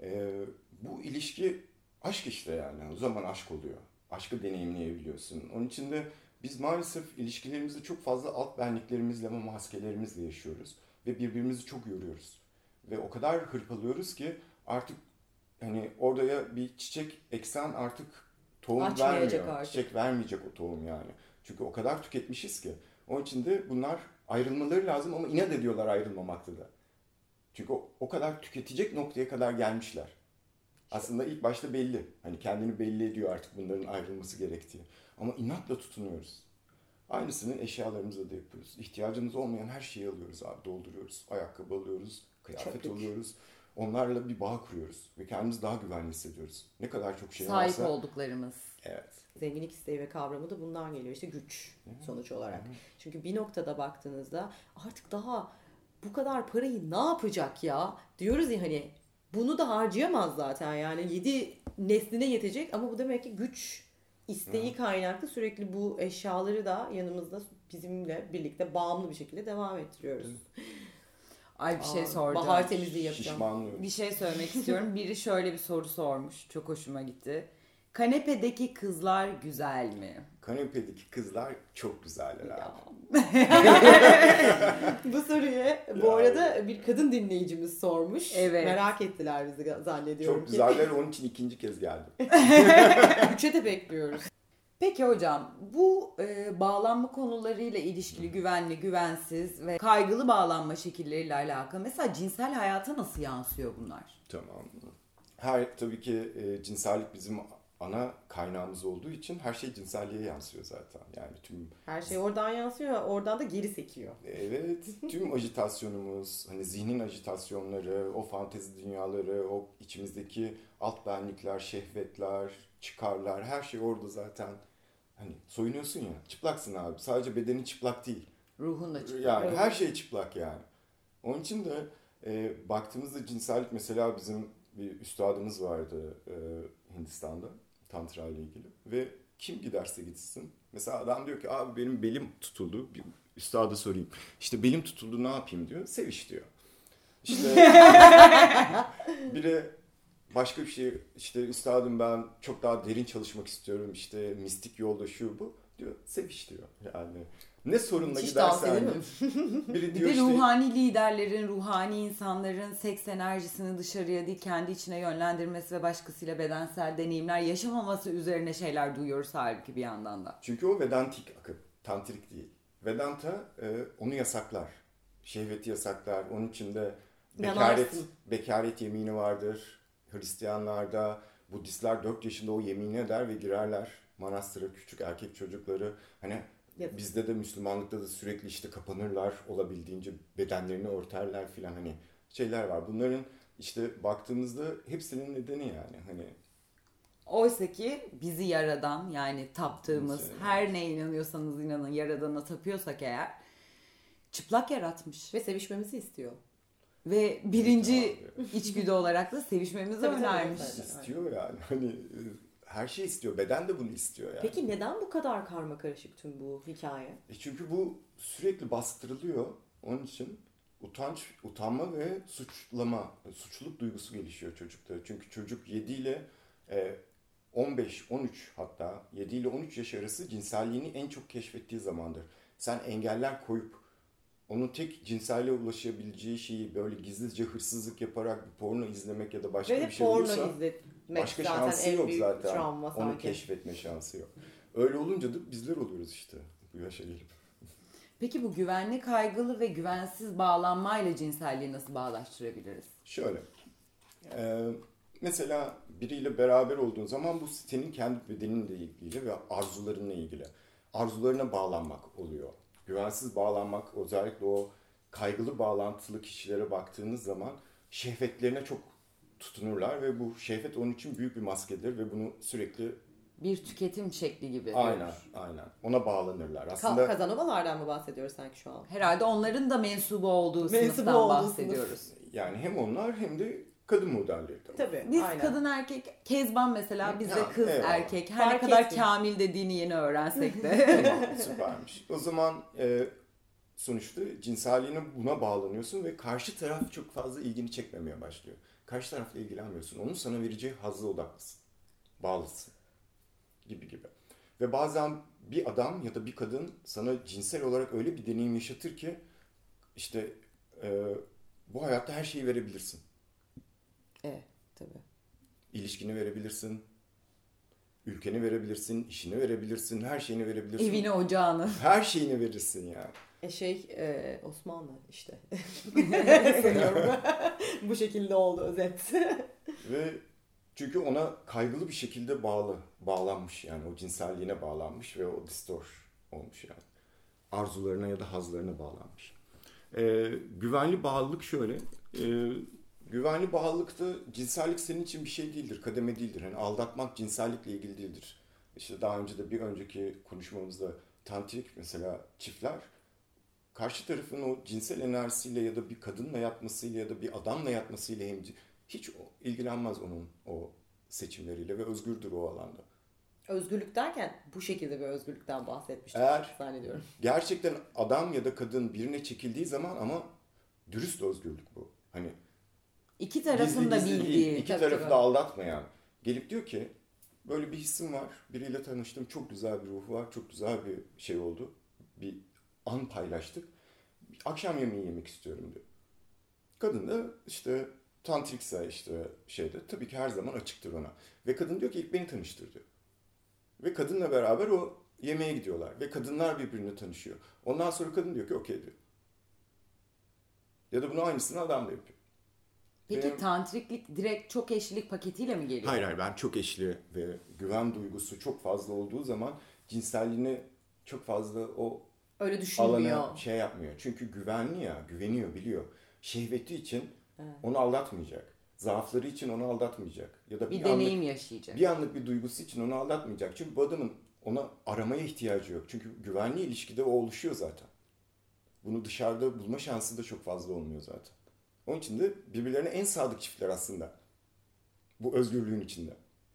bu ilişki aşk işte yani. O zaman aşk oluyor. Aşkı deneyimleyebiliyorsun. Onun için de biz maalesef ilişkilerimizde çok fazla alt benliklerimizle ve maskelerimizle yaşıyoruz. Ve birbirimizi çok yoruyoruz. Ve o kadar hırpalıyoruz ki artık hani oraya bir çiçek eksen artık tohum Açmayacak vermiyor. artık. Çiçek vermeyecek o tohum yani. Çünkü o kadar tüketmişiz ki. Onun için de bunlar ayrılmaları lazım ama inat ediyorlar ayrılmamakta da. Çünkü o kadar tüketecek noktaya kadar gelmişler. Aslında ilk başta belli. Hani kendini belli ediyor artık bunların ayrılması gerektiği. Ama inatla tutunuyoruz. Aynısını eşyalarımızla da yapıyoruz. İhtiyacımız olmayan her şeyi alıyoruz abi, dolduruyoruz. Ayakkabı alıyoruz, kıyafet Çöplük. alıyoruz. Onlarla bir bağ kuruyoruz ve kendimizi daha güvenli hissediyoruz. Ne kadar çok şey Sahip varsa. olduklarımız. Evet. Zenginlik isteği ve kavramı da bundan geliyor. İşte güç sonuç olarak. Çünkü bir noktada baktığınızda artık daha bu kadar parayı ne yapacak ya diyoruz ya, hani bunu da harcayamaz zaten, yani 7 nesline yetecek ama bu demek ki güç isteği kaynaklı sürekli bu eşyaları da yanımızda bizimle birlikte bağımlı bir şekilde devam ettiriyoruz. Ay bir şey soracağım. Bahar temizliği yapacağım. Şişmanlıyoruz. Bir şey söylemek istiyorum. Biri şöyle bir soru sormuş. Çok hoşuma gitti. Kanepedeki kızlar güzel mi? Kanepedeki kızlar çok güzeller abi. Bu soruyu bu arada bir kadın dinleyicimiz sormuş. Evet. Merak ettiler bizi zannediyorum Çok ki. güzeller, onun için ikinci kez geldim. Üçe de bekliyoruz. Peki hocam, bu bağlanma konularıyla ilişkili güvenli, güvensiz ve kaygılı bağlanma şekilleriyle alakalı mesela cinsel hayata nasıl yansıyor bunlar? Tamam. Tabii ki cinsellik bizim ana kaynağımız olduğu için her şey cinselliğe yansıyor zaten. Yani tüm Her şey oradan yansıyor, oradan da geri sekiyor. evet, tüm ajitasyonumuz, hani zihnin ajitasyonları, o fantezi dünyaları, o içimizdeki alt benlikler, şehvetler, çıkarlar, her şey orada zaten. Hani soyunuyorsun ya, çıplaksın abi. Sadece bedenin çıplak değil. Ruhun da çıplak. Yani her şey çıplak yani. Onun için de baktığımızda cinsellik, mesela bizim bir üstadımız vardı Hindistan'da, Tantra ile ilgili. Ve kim giderse gitsin. Mesela adam diyor ki abi benim belim tutuldu. Bir üstada sorayım. İşte belim tutuldu, ne yapayım diyor. Seviş diyor. İşte bir de başka bir şey, işte üstadım ben çok daha derin çalışmak istiyorum. İşte mistik yolda şu bu diyor. Seviş diyor. Yani ne sorunla Hiç gidersen tavsiye edemem. biri Bir diyor de işte ruhani liderlerin, ruhani insanların seks enerjisini dışarıya değil kendi içine yönlendirmesi ve başkasıyla bedensel deneyimler yaşamaması üzerine şeyler duyuyoruz halbuki bir yandan da. çünkü o Vedantik akım, tantrik değil. Vedanta onu yasaklar. Şehveti yasaklar. Onun içinde Yanarsın. bekaret yemini vardır. Hristiyanlarda, Budistler 4 yaşında o yemini eder ve girerler manastıra, küçük erkek çocukları. Hani Evet. bizde de Müslümanlıkta da sürekli işte kapanırlar, olabildiğince bedenlerini örterler filan, hani şeyler var. Bunların işte baktığımızda hepsinin nedeni yani hani Oysa ki bizi yaradan, yani taptığımız, Mesela. her neye inanıyorsanız inanın yaradana tapıyorsak eğer, çıplak yaratmış. Ve sevişmemizi istiyor. Ve birinci içgüdü olarak da sevişmemizi Tabii, tabii, önermiş. tabii. istiyor yani. Hani her şey istiyor. Beden de bunu istiyor yani. Peki neden bu kadar karma karışık tüm bu hikaye? Çünkü bu sürekli bastırılıyor. Onun için utanma ve suçluluk duygusu gelişiyor çocukta. Çünkü çocuk 7 ile 15, 13, hatta 7 ile 13 yaş arası cinselliğini en çok keşfettiği zamandır. Sen engeller koyup onun tek cinselliğe ulaşabileceği şeyi böyle gizlice hırsızlık yaparak bir porno izlemek ya da başka Ve bir şey porno olursa izletmek başka zaten şansı en yok büyük zaten. travma Onu sanki. keşfetme şansı yok. Öyle olunca da bizler oluyoruz işte bu yaşa gelip. Peki bu güvenli, kaygılı ve güvensiz bağlanmayla cinselliği nasıl bağdaştırabiliriz? Şöyle, mesela biriyle beraber olduğun zaman bu senin kendi bedeninle ilgili ve arzularınla ilgili. Arzularına bağlanmak oluyor. Güvensiz bağlanmak, özellikle o kaygılı bağlantılı kişilere baktığınız zaman şehvetlerine çok tutunurlar ve bu şehvet onun için büyük bir maskedir ve bunu sürekli Bir tüketim şekli gibi. aynen ona bağlanırlar. Aslında Kazanovalardan mı bahsediyoruz sanki şu an? Herhalde onların da mensubu olduğu sınıftan olduğu bahsediyoruz. yani hem onlar hem de kadın modelleri tabii. Tabii. Biz aynen. kadın erkek, Kezban mesela, biz de Ha, kız eyvallah. erkek. Her ne Fark kadar etmiyor. kamil dediğini yeni öğrensek de. Tamam, süpermiş. O zaman sonuçta cinselliğine buna bağlanıyorsun ve karşı taraf çok fazla ilgini çekmemeye başlıyor. Karşı tarafla ilgilenmiyorsun. Onun sana vereceği hazza odaklısın. Bağlısın. Gibi. Ve bazen bir adam ya da bir kadın sana cinsel olarak öyle bir deneyim yaşatır ki işte bu hayatta her şeyi verebilirsin. Evet, tabii. İlişkini verebilirsin. ülkeni verebilirsin, işini verebilirsin, her şeyini verebilirsin. Evini, ocağını. Her şeyini verirsin yani. Osmanlı işte. Sanıyorum. Bu şekilde oldu özet. Ve çünkü ona kaygılı bir şekilde bağlanmış yani o cinselliğine bağlanmış ve o distort olmuş yani. Arzularına ya da hazlarına bağlanmış. Güvenli bağlılık şöyle. Güvenli bağlılıkta cinsellik senin için bir şey değildir, kademe değildir. Yani aldatmak cinsellikle ilgili değildir. İşte daha önce de bir önceki konuşmamızda tantrik mesela çiftler karşı tarafın o cinsel enerjisiyle ya da bir kadınla yatmasıyla ya da bir adamla yatmasıyla hiç ilgilenmez onun o seçimleriyle ve özgürdür o alanda. Özgürlük derken bu şekilde bir özgürlükten bahsetmiştik zannediyorum. Gerçekten adam ya da kadın birine çekildiği zaman ama dürüst özgürlük bu. Hani İki tarafın da bildiği. Değil, iki tarafı da aldatmayan. Gelip diyor ki böyle bir hissim var. Biriyle tanıştım. Çok güzel bir ruhu var. Çok güzel bir şey oldu. Bir an paylaştık. Akşam yemeği yemek istiyorum diyor. Kadın da işte tantrikse işte şeyde tabii ki her zaman açıktır ona. Ve kadın diyor ki ilk beni tanıştır diyor. Ve kadınla beraber o yemeğe gidiyorlar. Ve kadınlar birbirine tanışıyor. Ondan sonra kadın diyor ki okey diyor. Ya da bunu aynısını adam da yapıyor. Peki tantriklik direkt çok eşlilik paketiyle mi geliyor? Hayır ben çok eşli ve güven duygusu çok fazla olduğu zaman cinselliğini çok fazla o öyle düşünmüyor. Alanı şey yapmıyor. Çünkü güvenli ya, güveniyor, biliyor. Şehveti için onu aldatmayacak. Zaafları için onu aldatmayacak. Ya da bir deneyim yaşayacak. Bir anlık bir duygusu için onu aldatmayacak. Çünkü bu adamın ona aramaya ihtiyacı yok. Çünkü güvenli ilişkide o oluşuyor zaten. Bunu dışarıda bulma şansı da çok fazla olmuyor zaten. Onun için de birbirlerine en sadık çiftler aslında. Bu özgürlüğün içinde.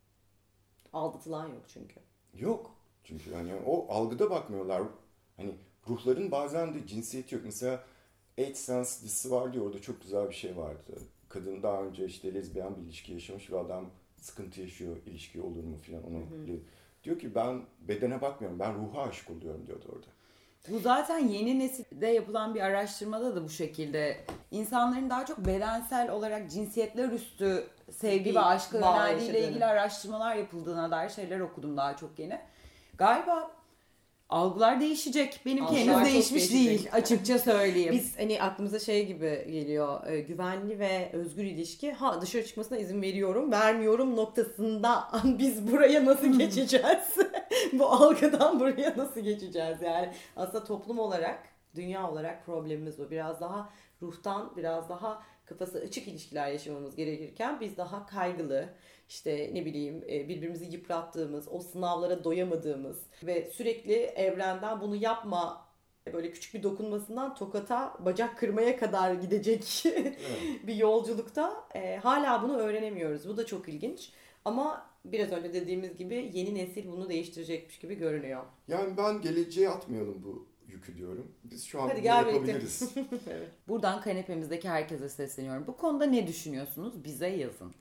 Aldatılan yok çünkü. Yok. Çünkü hani o algıda bakmıyorlar. Hani ruhların bazen de cinsiyeti yok. Mesela Eighth Sense dizisi vardı ya, orada çok güzel bir şey vardı. Kadın daha önce işte lezbiyen bir ilişki yaşamış ve adam sıkıntı yaşıyor, ilişki olur mu filan onu. Diyor ki ben bedene bakmıyorum, ben ruha aşık oluyorum diyordu orada. Bu zaten yeni nesilde yapılan bir araştırmada da bu şekilde. İnsanların daha çok bedensel olarak cinsiyetler üstü sevgi ve aşka yöneldiğiyle ilgili araştırmalar yapıldığına dair şeyler okudum daha çok yeni. Galiba algılar değişecek. Benimki henüz değişmiş değil açıkça söyleyeyim. Biz hani aklımıza şey gibi geliyor, güvenli ve özgür ilişki. Dışarı çıkmasına izin veriyorum, vermiyorum noktasında biz buraya nasıl geçeceğiz? Bu algıdan buraya nasıl geçeceğiz yani? Aslında toplum olarak, dünya olarak problemimiz bu. Biraz daha ruhtan, biraz daha kafası açık ilişkiler yaşamamız gerekirken biz daha kaygılı, işte ne bileyim birbirimizi yıprattığımız, o sınavlara doyamadığımız ve sürekli evrenden bunu yapma, böyle küçük bir dokunmasından tokata, bacak kırmaya kadar gidecek bir yolculukta hala bunu öğrenemiyoruz. Bu da çok ilginç. Ama biraz önce dediğimiz gibi yeni nesil bunu değiştirecekmiş gibi görünüyor. Yani ben geleceğe atmayalım bu yükü diyorum. Biz şu an bunu yapabiliriz. Evet. Buradan kanepemizdeki herkese sesleniyorum. Bu konuda ne düşünüyorsunuz? Bize yazın.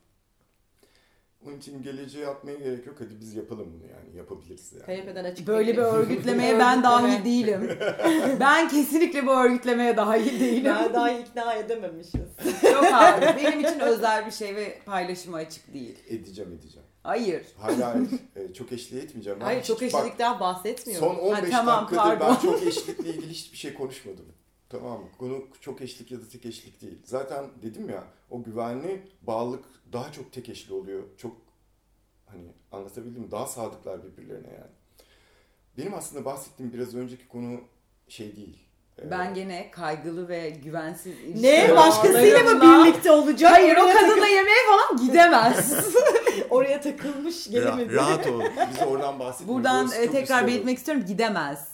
Onun için geleceğe atmaya gerek yok. Hadi biz yapalım bunu yani. Yapabiliriz yani. Kanepeden açık. Böyle bir örgütlemeye ben dahil değilim. Ben kesinlikle bu örgütlemeye dahil değilim. Ben daha ikna edememişiz. Yok abi. Benim için özel bir şey ve paylaşıma açık değil. Edeceğim. Hayır. Hayır. Çok eşliğe etmeyeceğim. Hayır, çok eşlilikten bahsetmiyorum. Son 15 dakikadır ben çok eşlikle ilgili hiçbir şey konuşmadım. Tamam mı? Konu çok eşlik ya da tek eşlik değil. Zaten dedim ya, o güvenli bağlılık daha çok tek eşli oluyor. Çok hani anlatabildim mi? Daha sadıklar birbirlerine yani. Benim aslında bahsettiğim biraz önceki konu şey değil. Ben gene kaygılı ve güvensiz Ne? Başkasıyla mı birlikte olacak? Hayır, o kadınla yemeğe falan gidemez. Oraya takılmış, gelemedi. Rahat ol. Biz oradan bahsetmiyoruz. Buradan tekrar belirtmek istiyorum. Gidemez.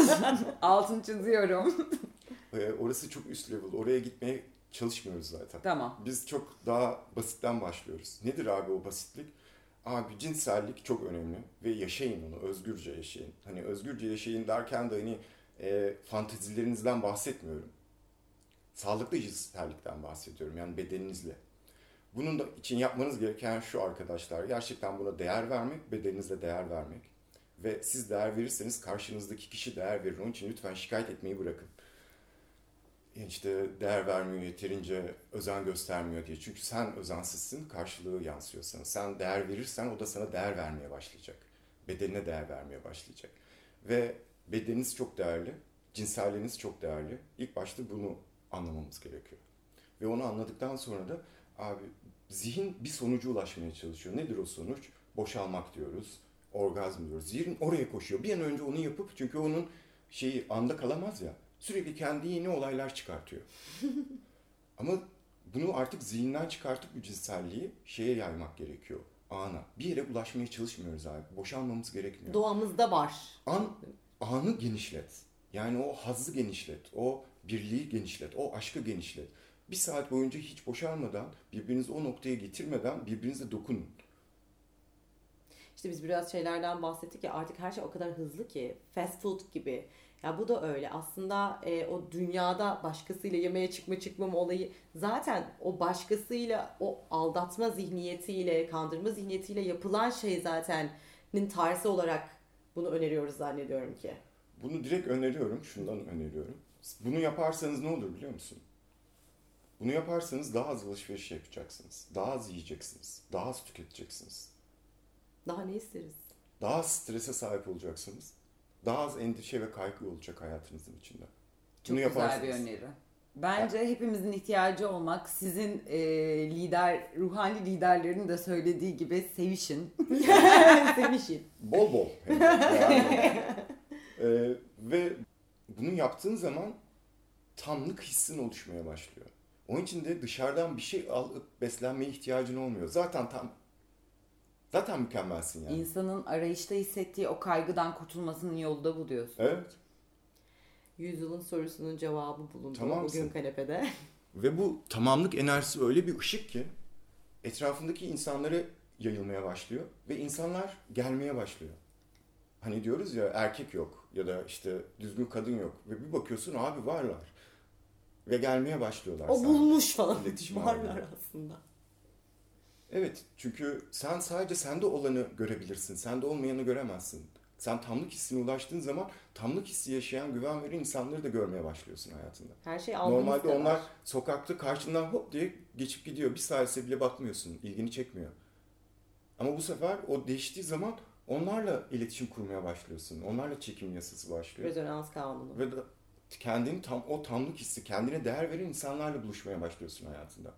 Altını çiziyorum. Orası çok üst level. Oraya gitmeye çalışmıyoruz zaten. Tamam. Biz çok daha basitten başlıyoruz. Nedir abi o basitlik? Abi cinsellik çok önemli ve yaşayın onu, özgürce yaşayın. Hani özgürce yaşayın derken de hani fantezilerinizden bahsetmiyorum. Sağlıklı cinsellikten bahsediyorum, yani bedeninizle. Bunun da için yapmanız gereken şu arkadaşlar, gerçekten buna değer vermek, bedeninizle değer vermek. Ve siz değer verirseniz karşınızdaki kişi değer verir. Onun için lütfen şikayet etmeyi bırakın. işte değer vermiyor, yeterince özen göstermiyor diye. Çünkü sen özensizsin, karşılığı yansıyor sana. Sen değer verirsen o da sana değer vermeye başlayacak. Bedenine değer vermeye başlayacak. Ve bedeniniz çok değerli, cinselliğiniz çok değerli. İlk başta bunu anlamamız gerekiyor. Ve onu anladıktan sonra da abi zihin bir sonuca ulaşmaya çalışıyor. Nedir o sonuç? Boşalmak diyoruz, orgazm diyoruz. Zihin oraya koşuyor. Bir an önce onu yapıp, çünkü onun anda kalamaz ya. Sürekli kendi yeni olaylar çıkartıyor. Ama bunu artık zihinden çıkartıp bu cinselliği yaymak gerekiyor. Ana. Bir yere ulaşmaya çalışmıyoruz abi. Boşalmamız gerekmiyor. Doğamızda var. Anı genişlet. Yani o hazzı genişlet. O birliği genişlet. O aşkı genişlet. Bir saat boyunca hiç boşalmadan, birbirinizi o noktaya getirmeden birbirinize dokunun. İşte biz biraz şeylerden bahsettik ya, artık her şey o kadar hızlı ki. Fast food gibi. Ya bu da öyle. Aslında o dünyada başkasıyla yemeğe çıkmam olayı zaten o başkasıyla, o aldatma zihniyetiyle, kandırma zihniyetiyle yapılan şey zatenin tersi olarak bunu öneriyoruz zannediyorum ki. Bunu direkt öneriyorum. Şundan öneriyorum. Bunu yaparsanız ne olur biliyor musun? Bunu yaparsanız daha az alışveriş yapacaksınız. Daha az yiyeceksiniz. Daha az tüketeceksiniz. Daha ne isteriz? Daha az strese sahip olacaksınız. Daha az endişe ve kaygı olacak hayatınızın içinde. Çok bunu güzel bir öneri. Bence hepimizin ihtiyacı olmak, sizin ruhani liderlerin de söylediği gibi sevişin. Sevişin. Bol bol. Yani, ve bunu yaptığın zaman tamlık hissin oluşmaya başlıyor. Onun için de dışarıdan bir şey alıp beslenmeye ihtiyacın olmuyor. Zaten mükemmelsin yani. İnsanın arayışta hissettiği o kaygıdan kurtulmasının yolu da bu diyorsun. Evet. Yüzyılın sorusunun cevabı bulundu Tamamsın. bugün kanepede. Ve bu tamamlık enerjisi öyle bir ışık ki etrafındaki insanlara yayılmaya başlıyor ve insanlar gelmeye başlıyor. Hani diyoruz ya, erkek yok ya da işte düzgün kadın yok ve bir bakıyorsun abi varlar ve gelmeye başlıyorlar. O bulmuş falan. İletişim Varlar halinde. aslında. Evet, çünkü sen sadece sende olanı görebilirsin, sende olmayanı göremezsin. Sen tamlık hissine ulaştığın zaman tamlık hissi yaşayan, güven veren insanları da görmeye başlıyorsun hayatında. Her şey aldığımız Normalde kadar. onlar sokakta karşından hop diye geçip gidiyor. Bir salise bile bakmıyorsun, ilgini çekmiyor. Ama bu sefer o değiştiği zaman onlarla iletişim kurmaya başlıyorsun. Onlarla çekim yasası başlıyor. Rezonans kanunu. Ve kendini o tamlık hissi, kendine değer veren insanlarla buluşmaya başlıyorsun hayatında.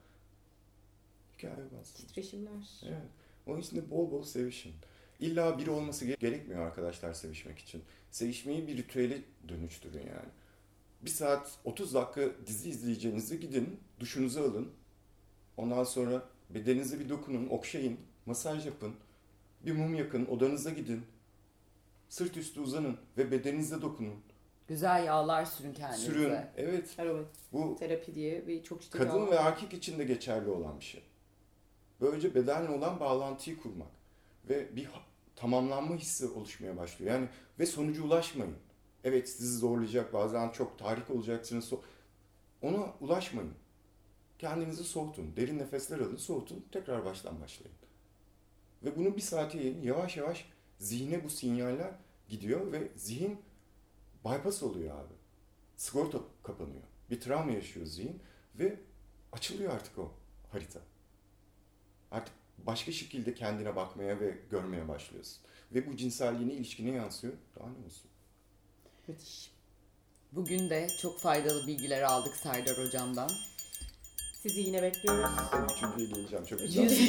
Hikaye aslında. Titreşimler. Evet. Onun için de bol bol sevişin. İlla biri olması gerekmiyor arkadaşlar sevişmek için. Sevişmeyi bir ritüele dönüştürün yani. 1 saat 30 dakika dizi izleyeceğinize gidin, duşunuzu alın. Ondan sonra bedeninize bir dokunun, okşayın, masaj yapın. Bir mum yakın, odanıza gidin. Sırt üstü uzanın ve bedeninize dokunun. Güzel yağlar sürün kendinize. Sürün, evet. Bu terapi diye bir çok ciddi kadın ve erkek için de geçerli olan bir şey. Böylece bedenle olan bağlantıyı kurmak ve bir tamamlanma hissi oluşmaya başlıyor. Yani ve sonuca ulaşmayın. Evet, sizi zorlayacak, bazen çok tahrik olacaksınız. Ona ulaşmayın. Kendinizi soğutun. Derin nefesler alın, soğutun. Tekrar baştan başlayın. Ve bunu 1 saate yayın. Yavaş yavaş zihne bu sinyaller gidiyor ve zihin bypass oluyor abi. Sigorta kapanıyor. Bir travma yaşıyor zihin ve açılıyor artık o harita. Artık başka şekilde kendine bakmaya ve görmeye başlıyorsun. Ve bu cinselliğine, ilişkine yansıyor. Daha ne olsun? Müthiş. Bugün de çok faydalı bilgiler aldık Serdar Hocam'dan. Sizi yine bekliyoruz. Üçüncüye geleceğim. Çok güzel. 103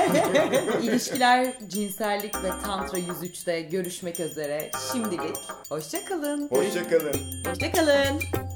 İlişkiler, Cinsellik ve Tantra 103'te görüşmek üzere. Şimdilik hoşça kalın. Hoşça kalın. Hoşça kalın.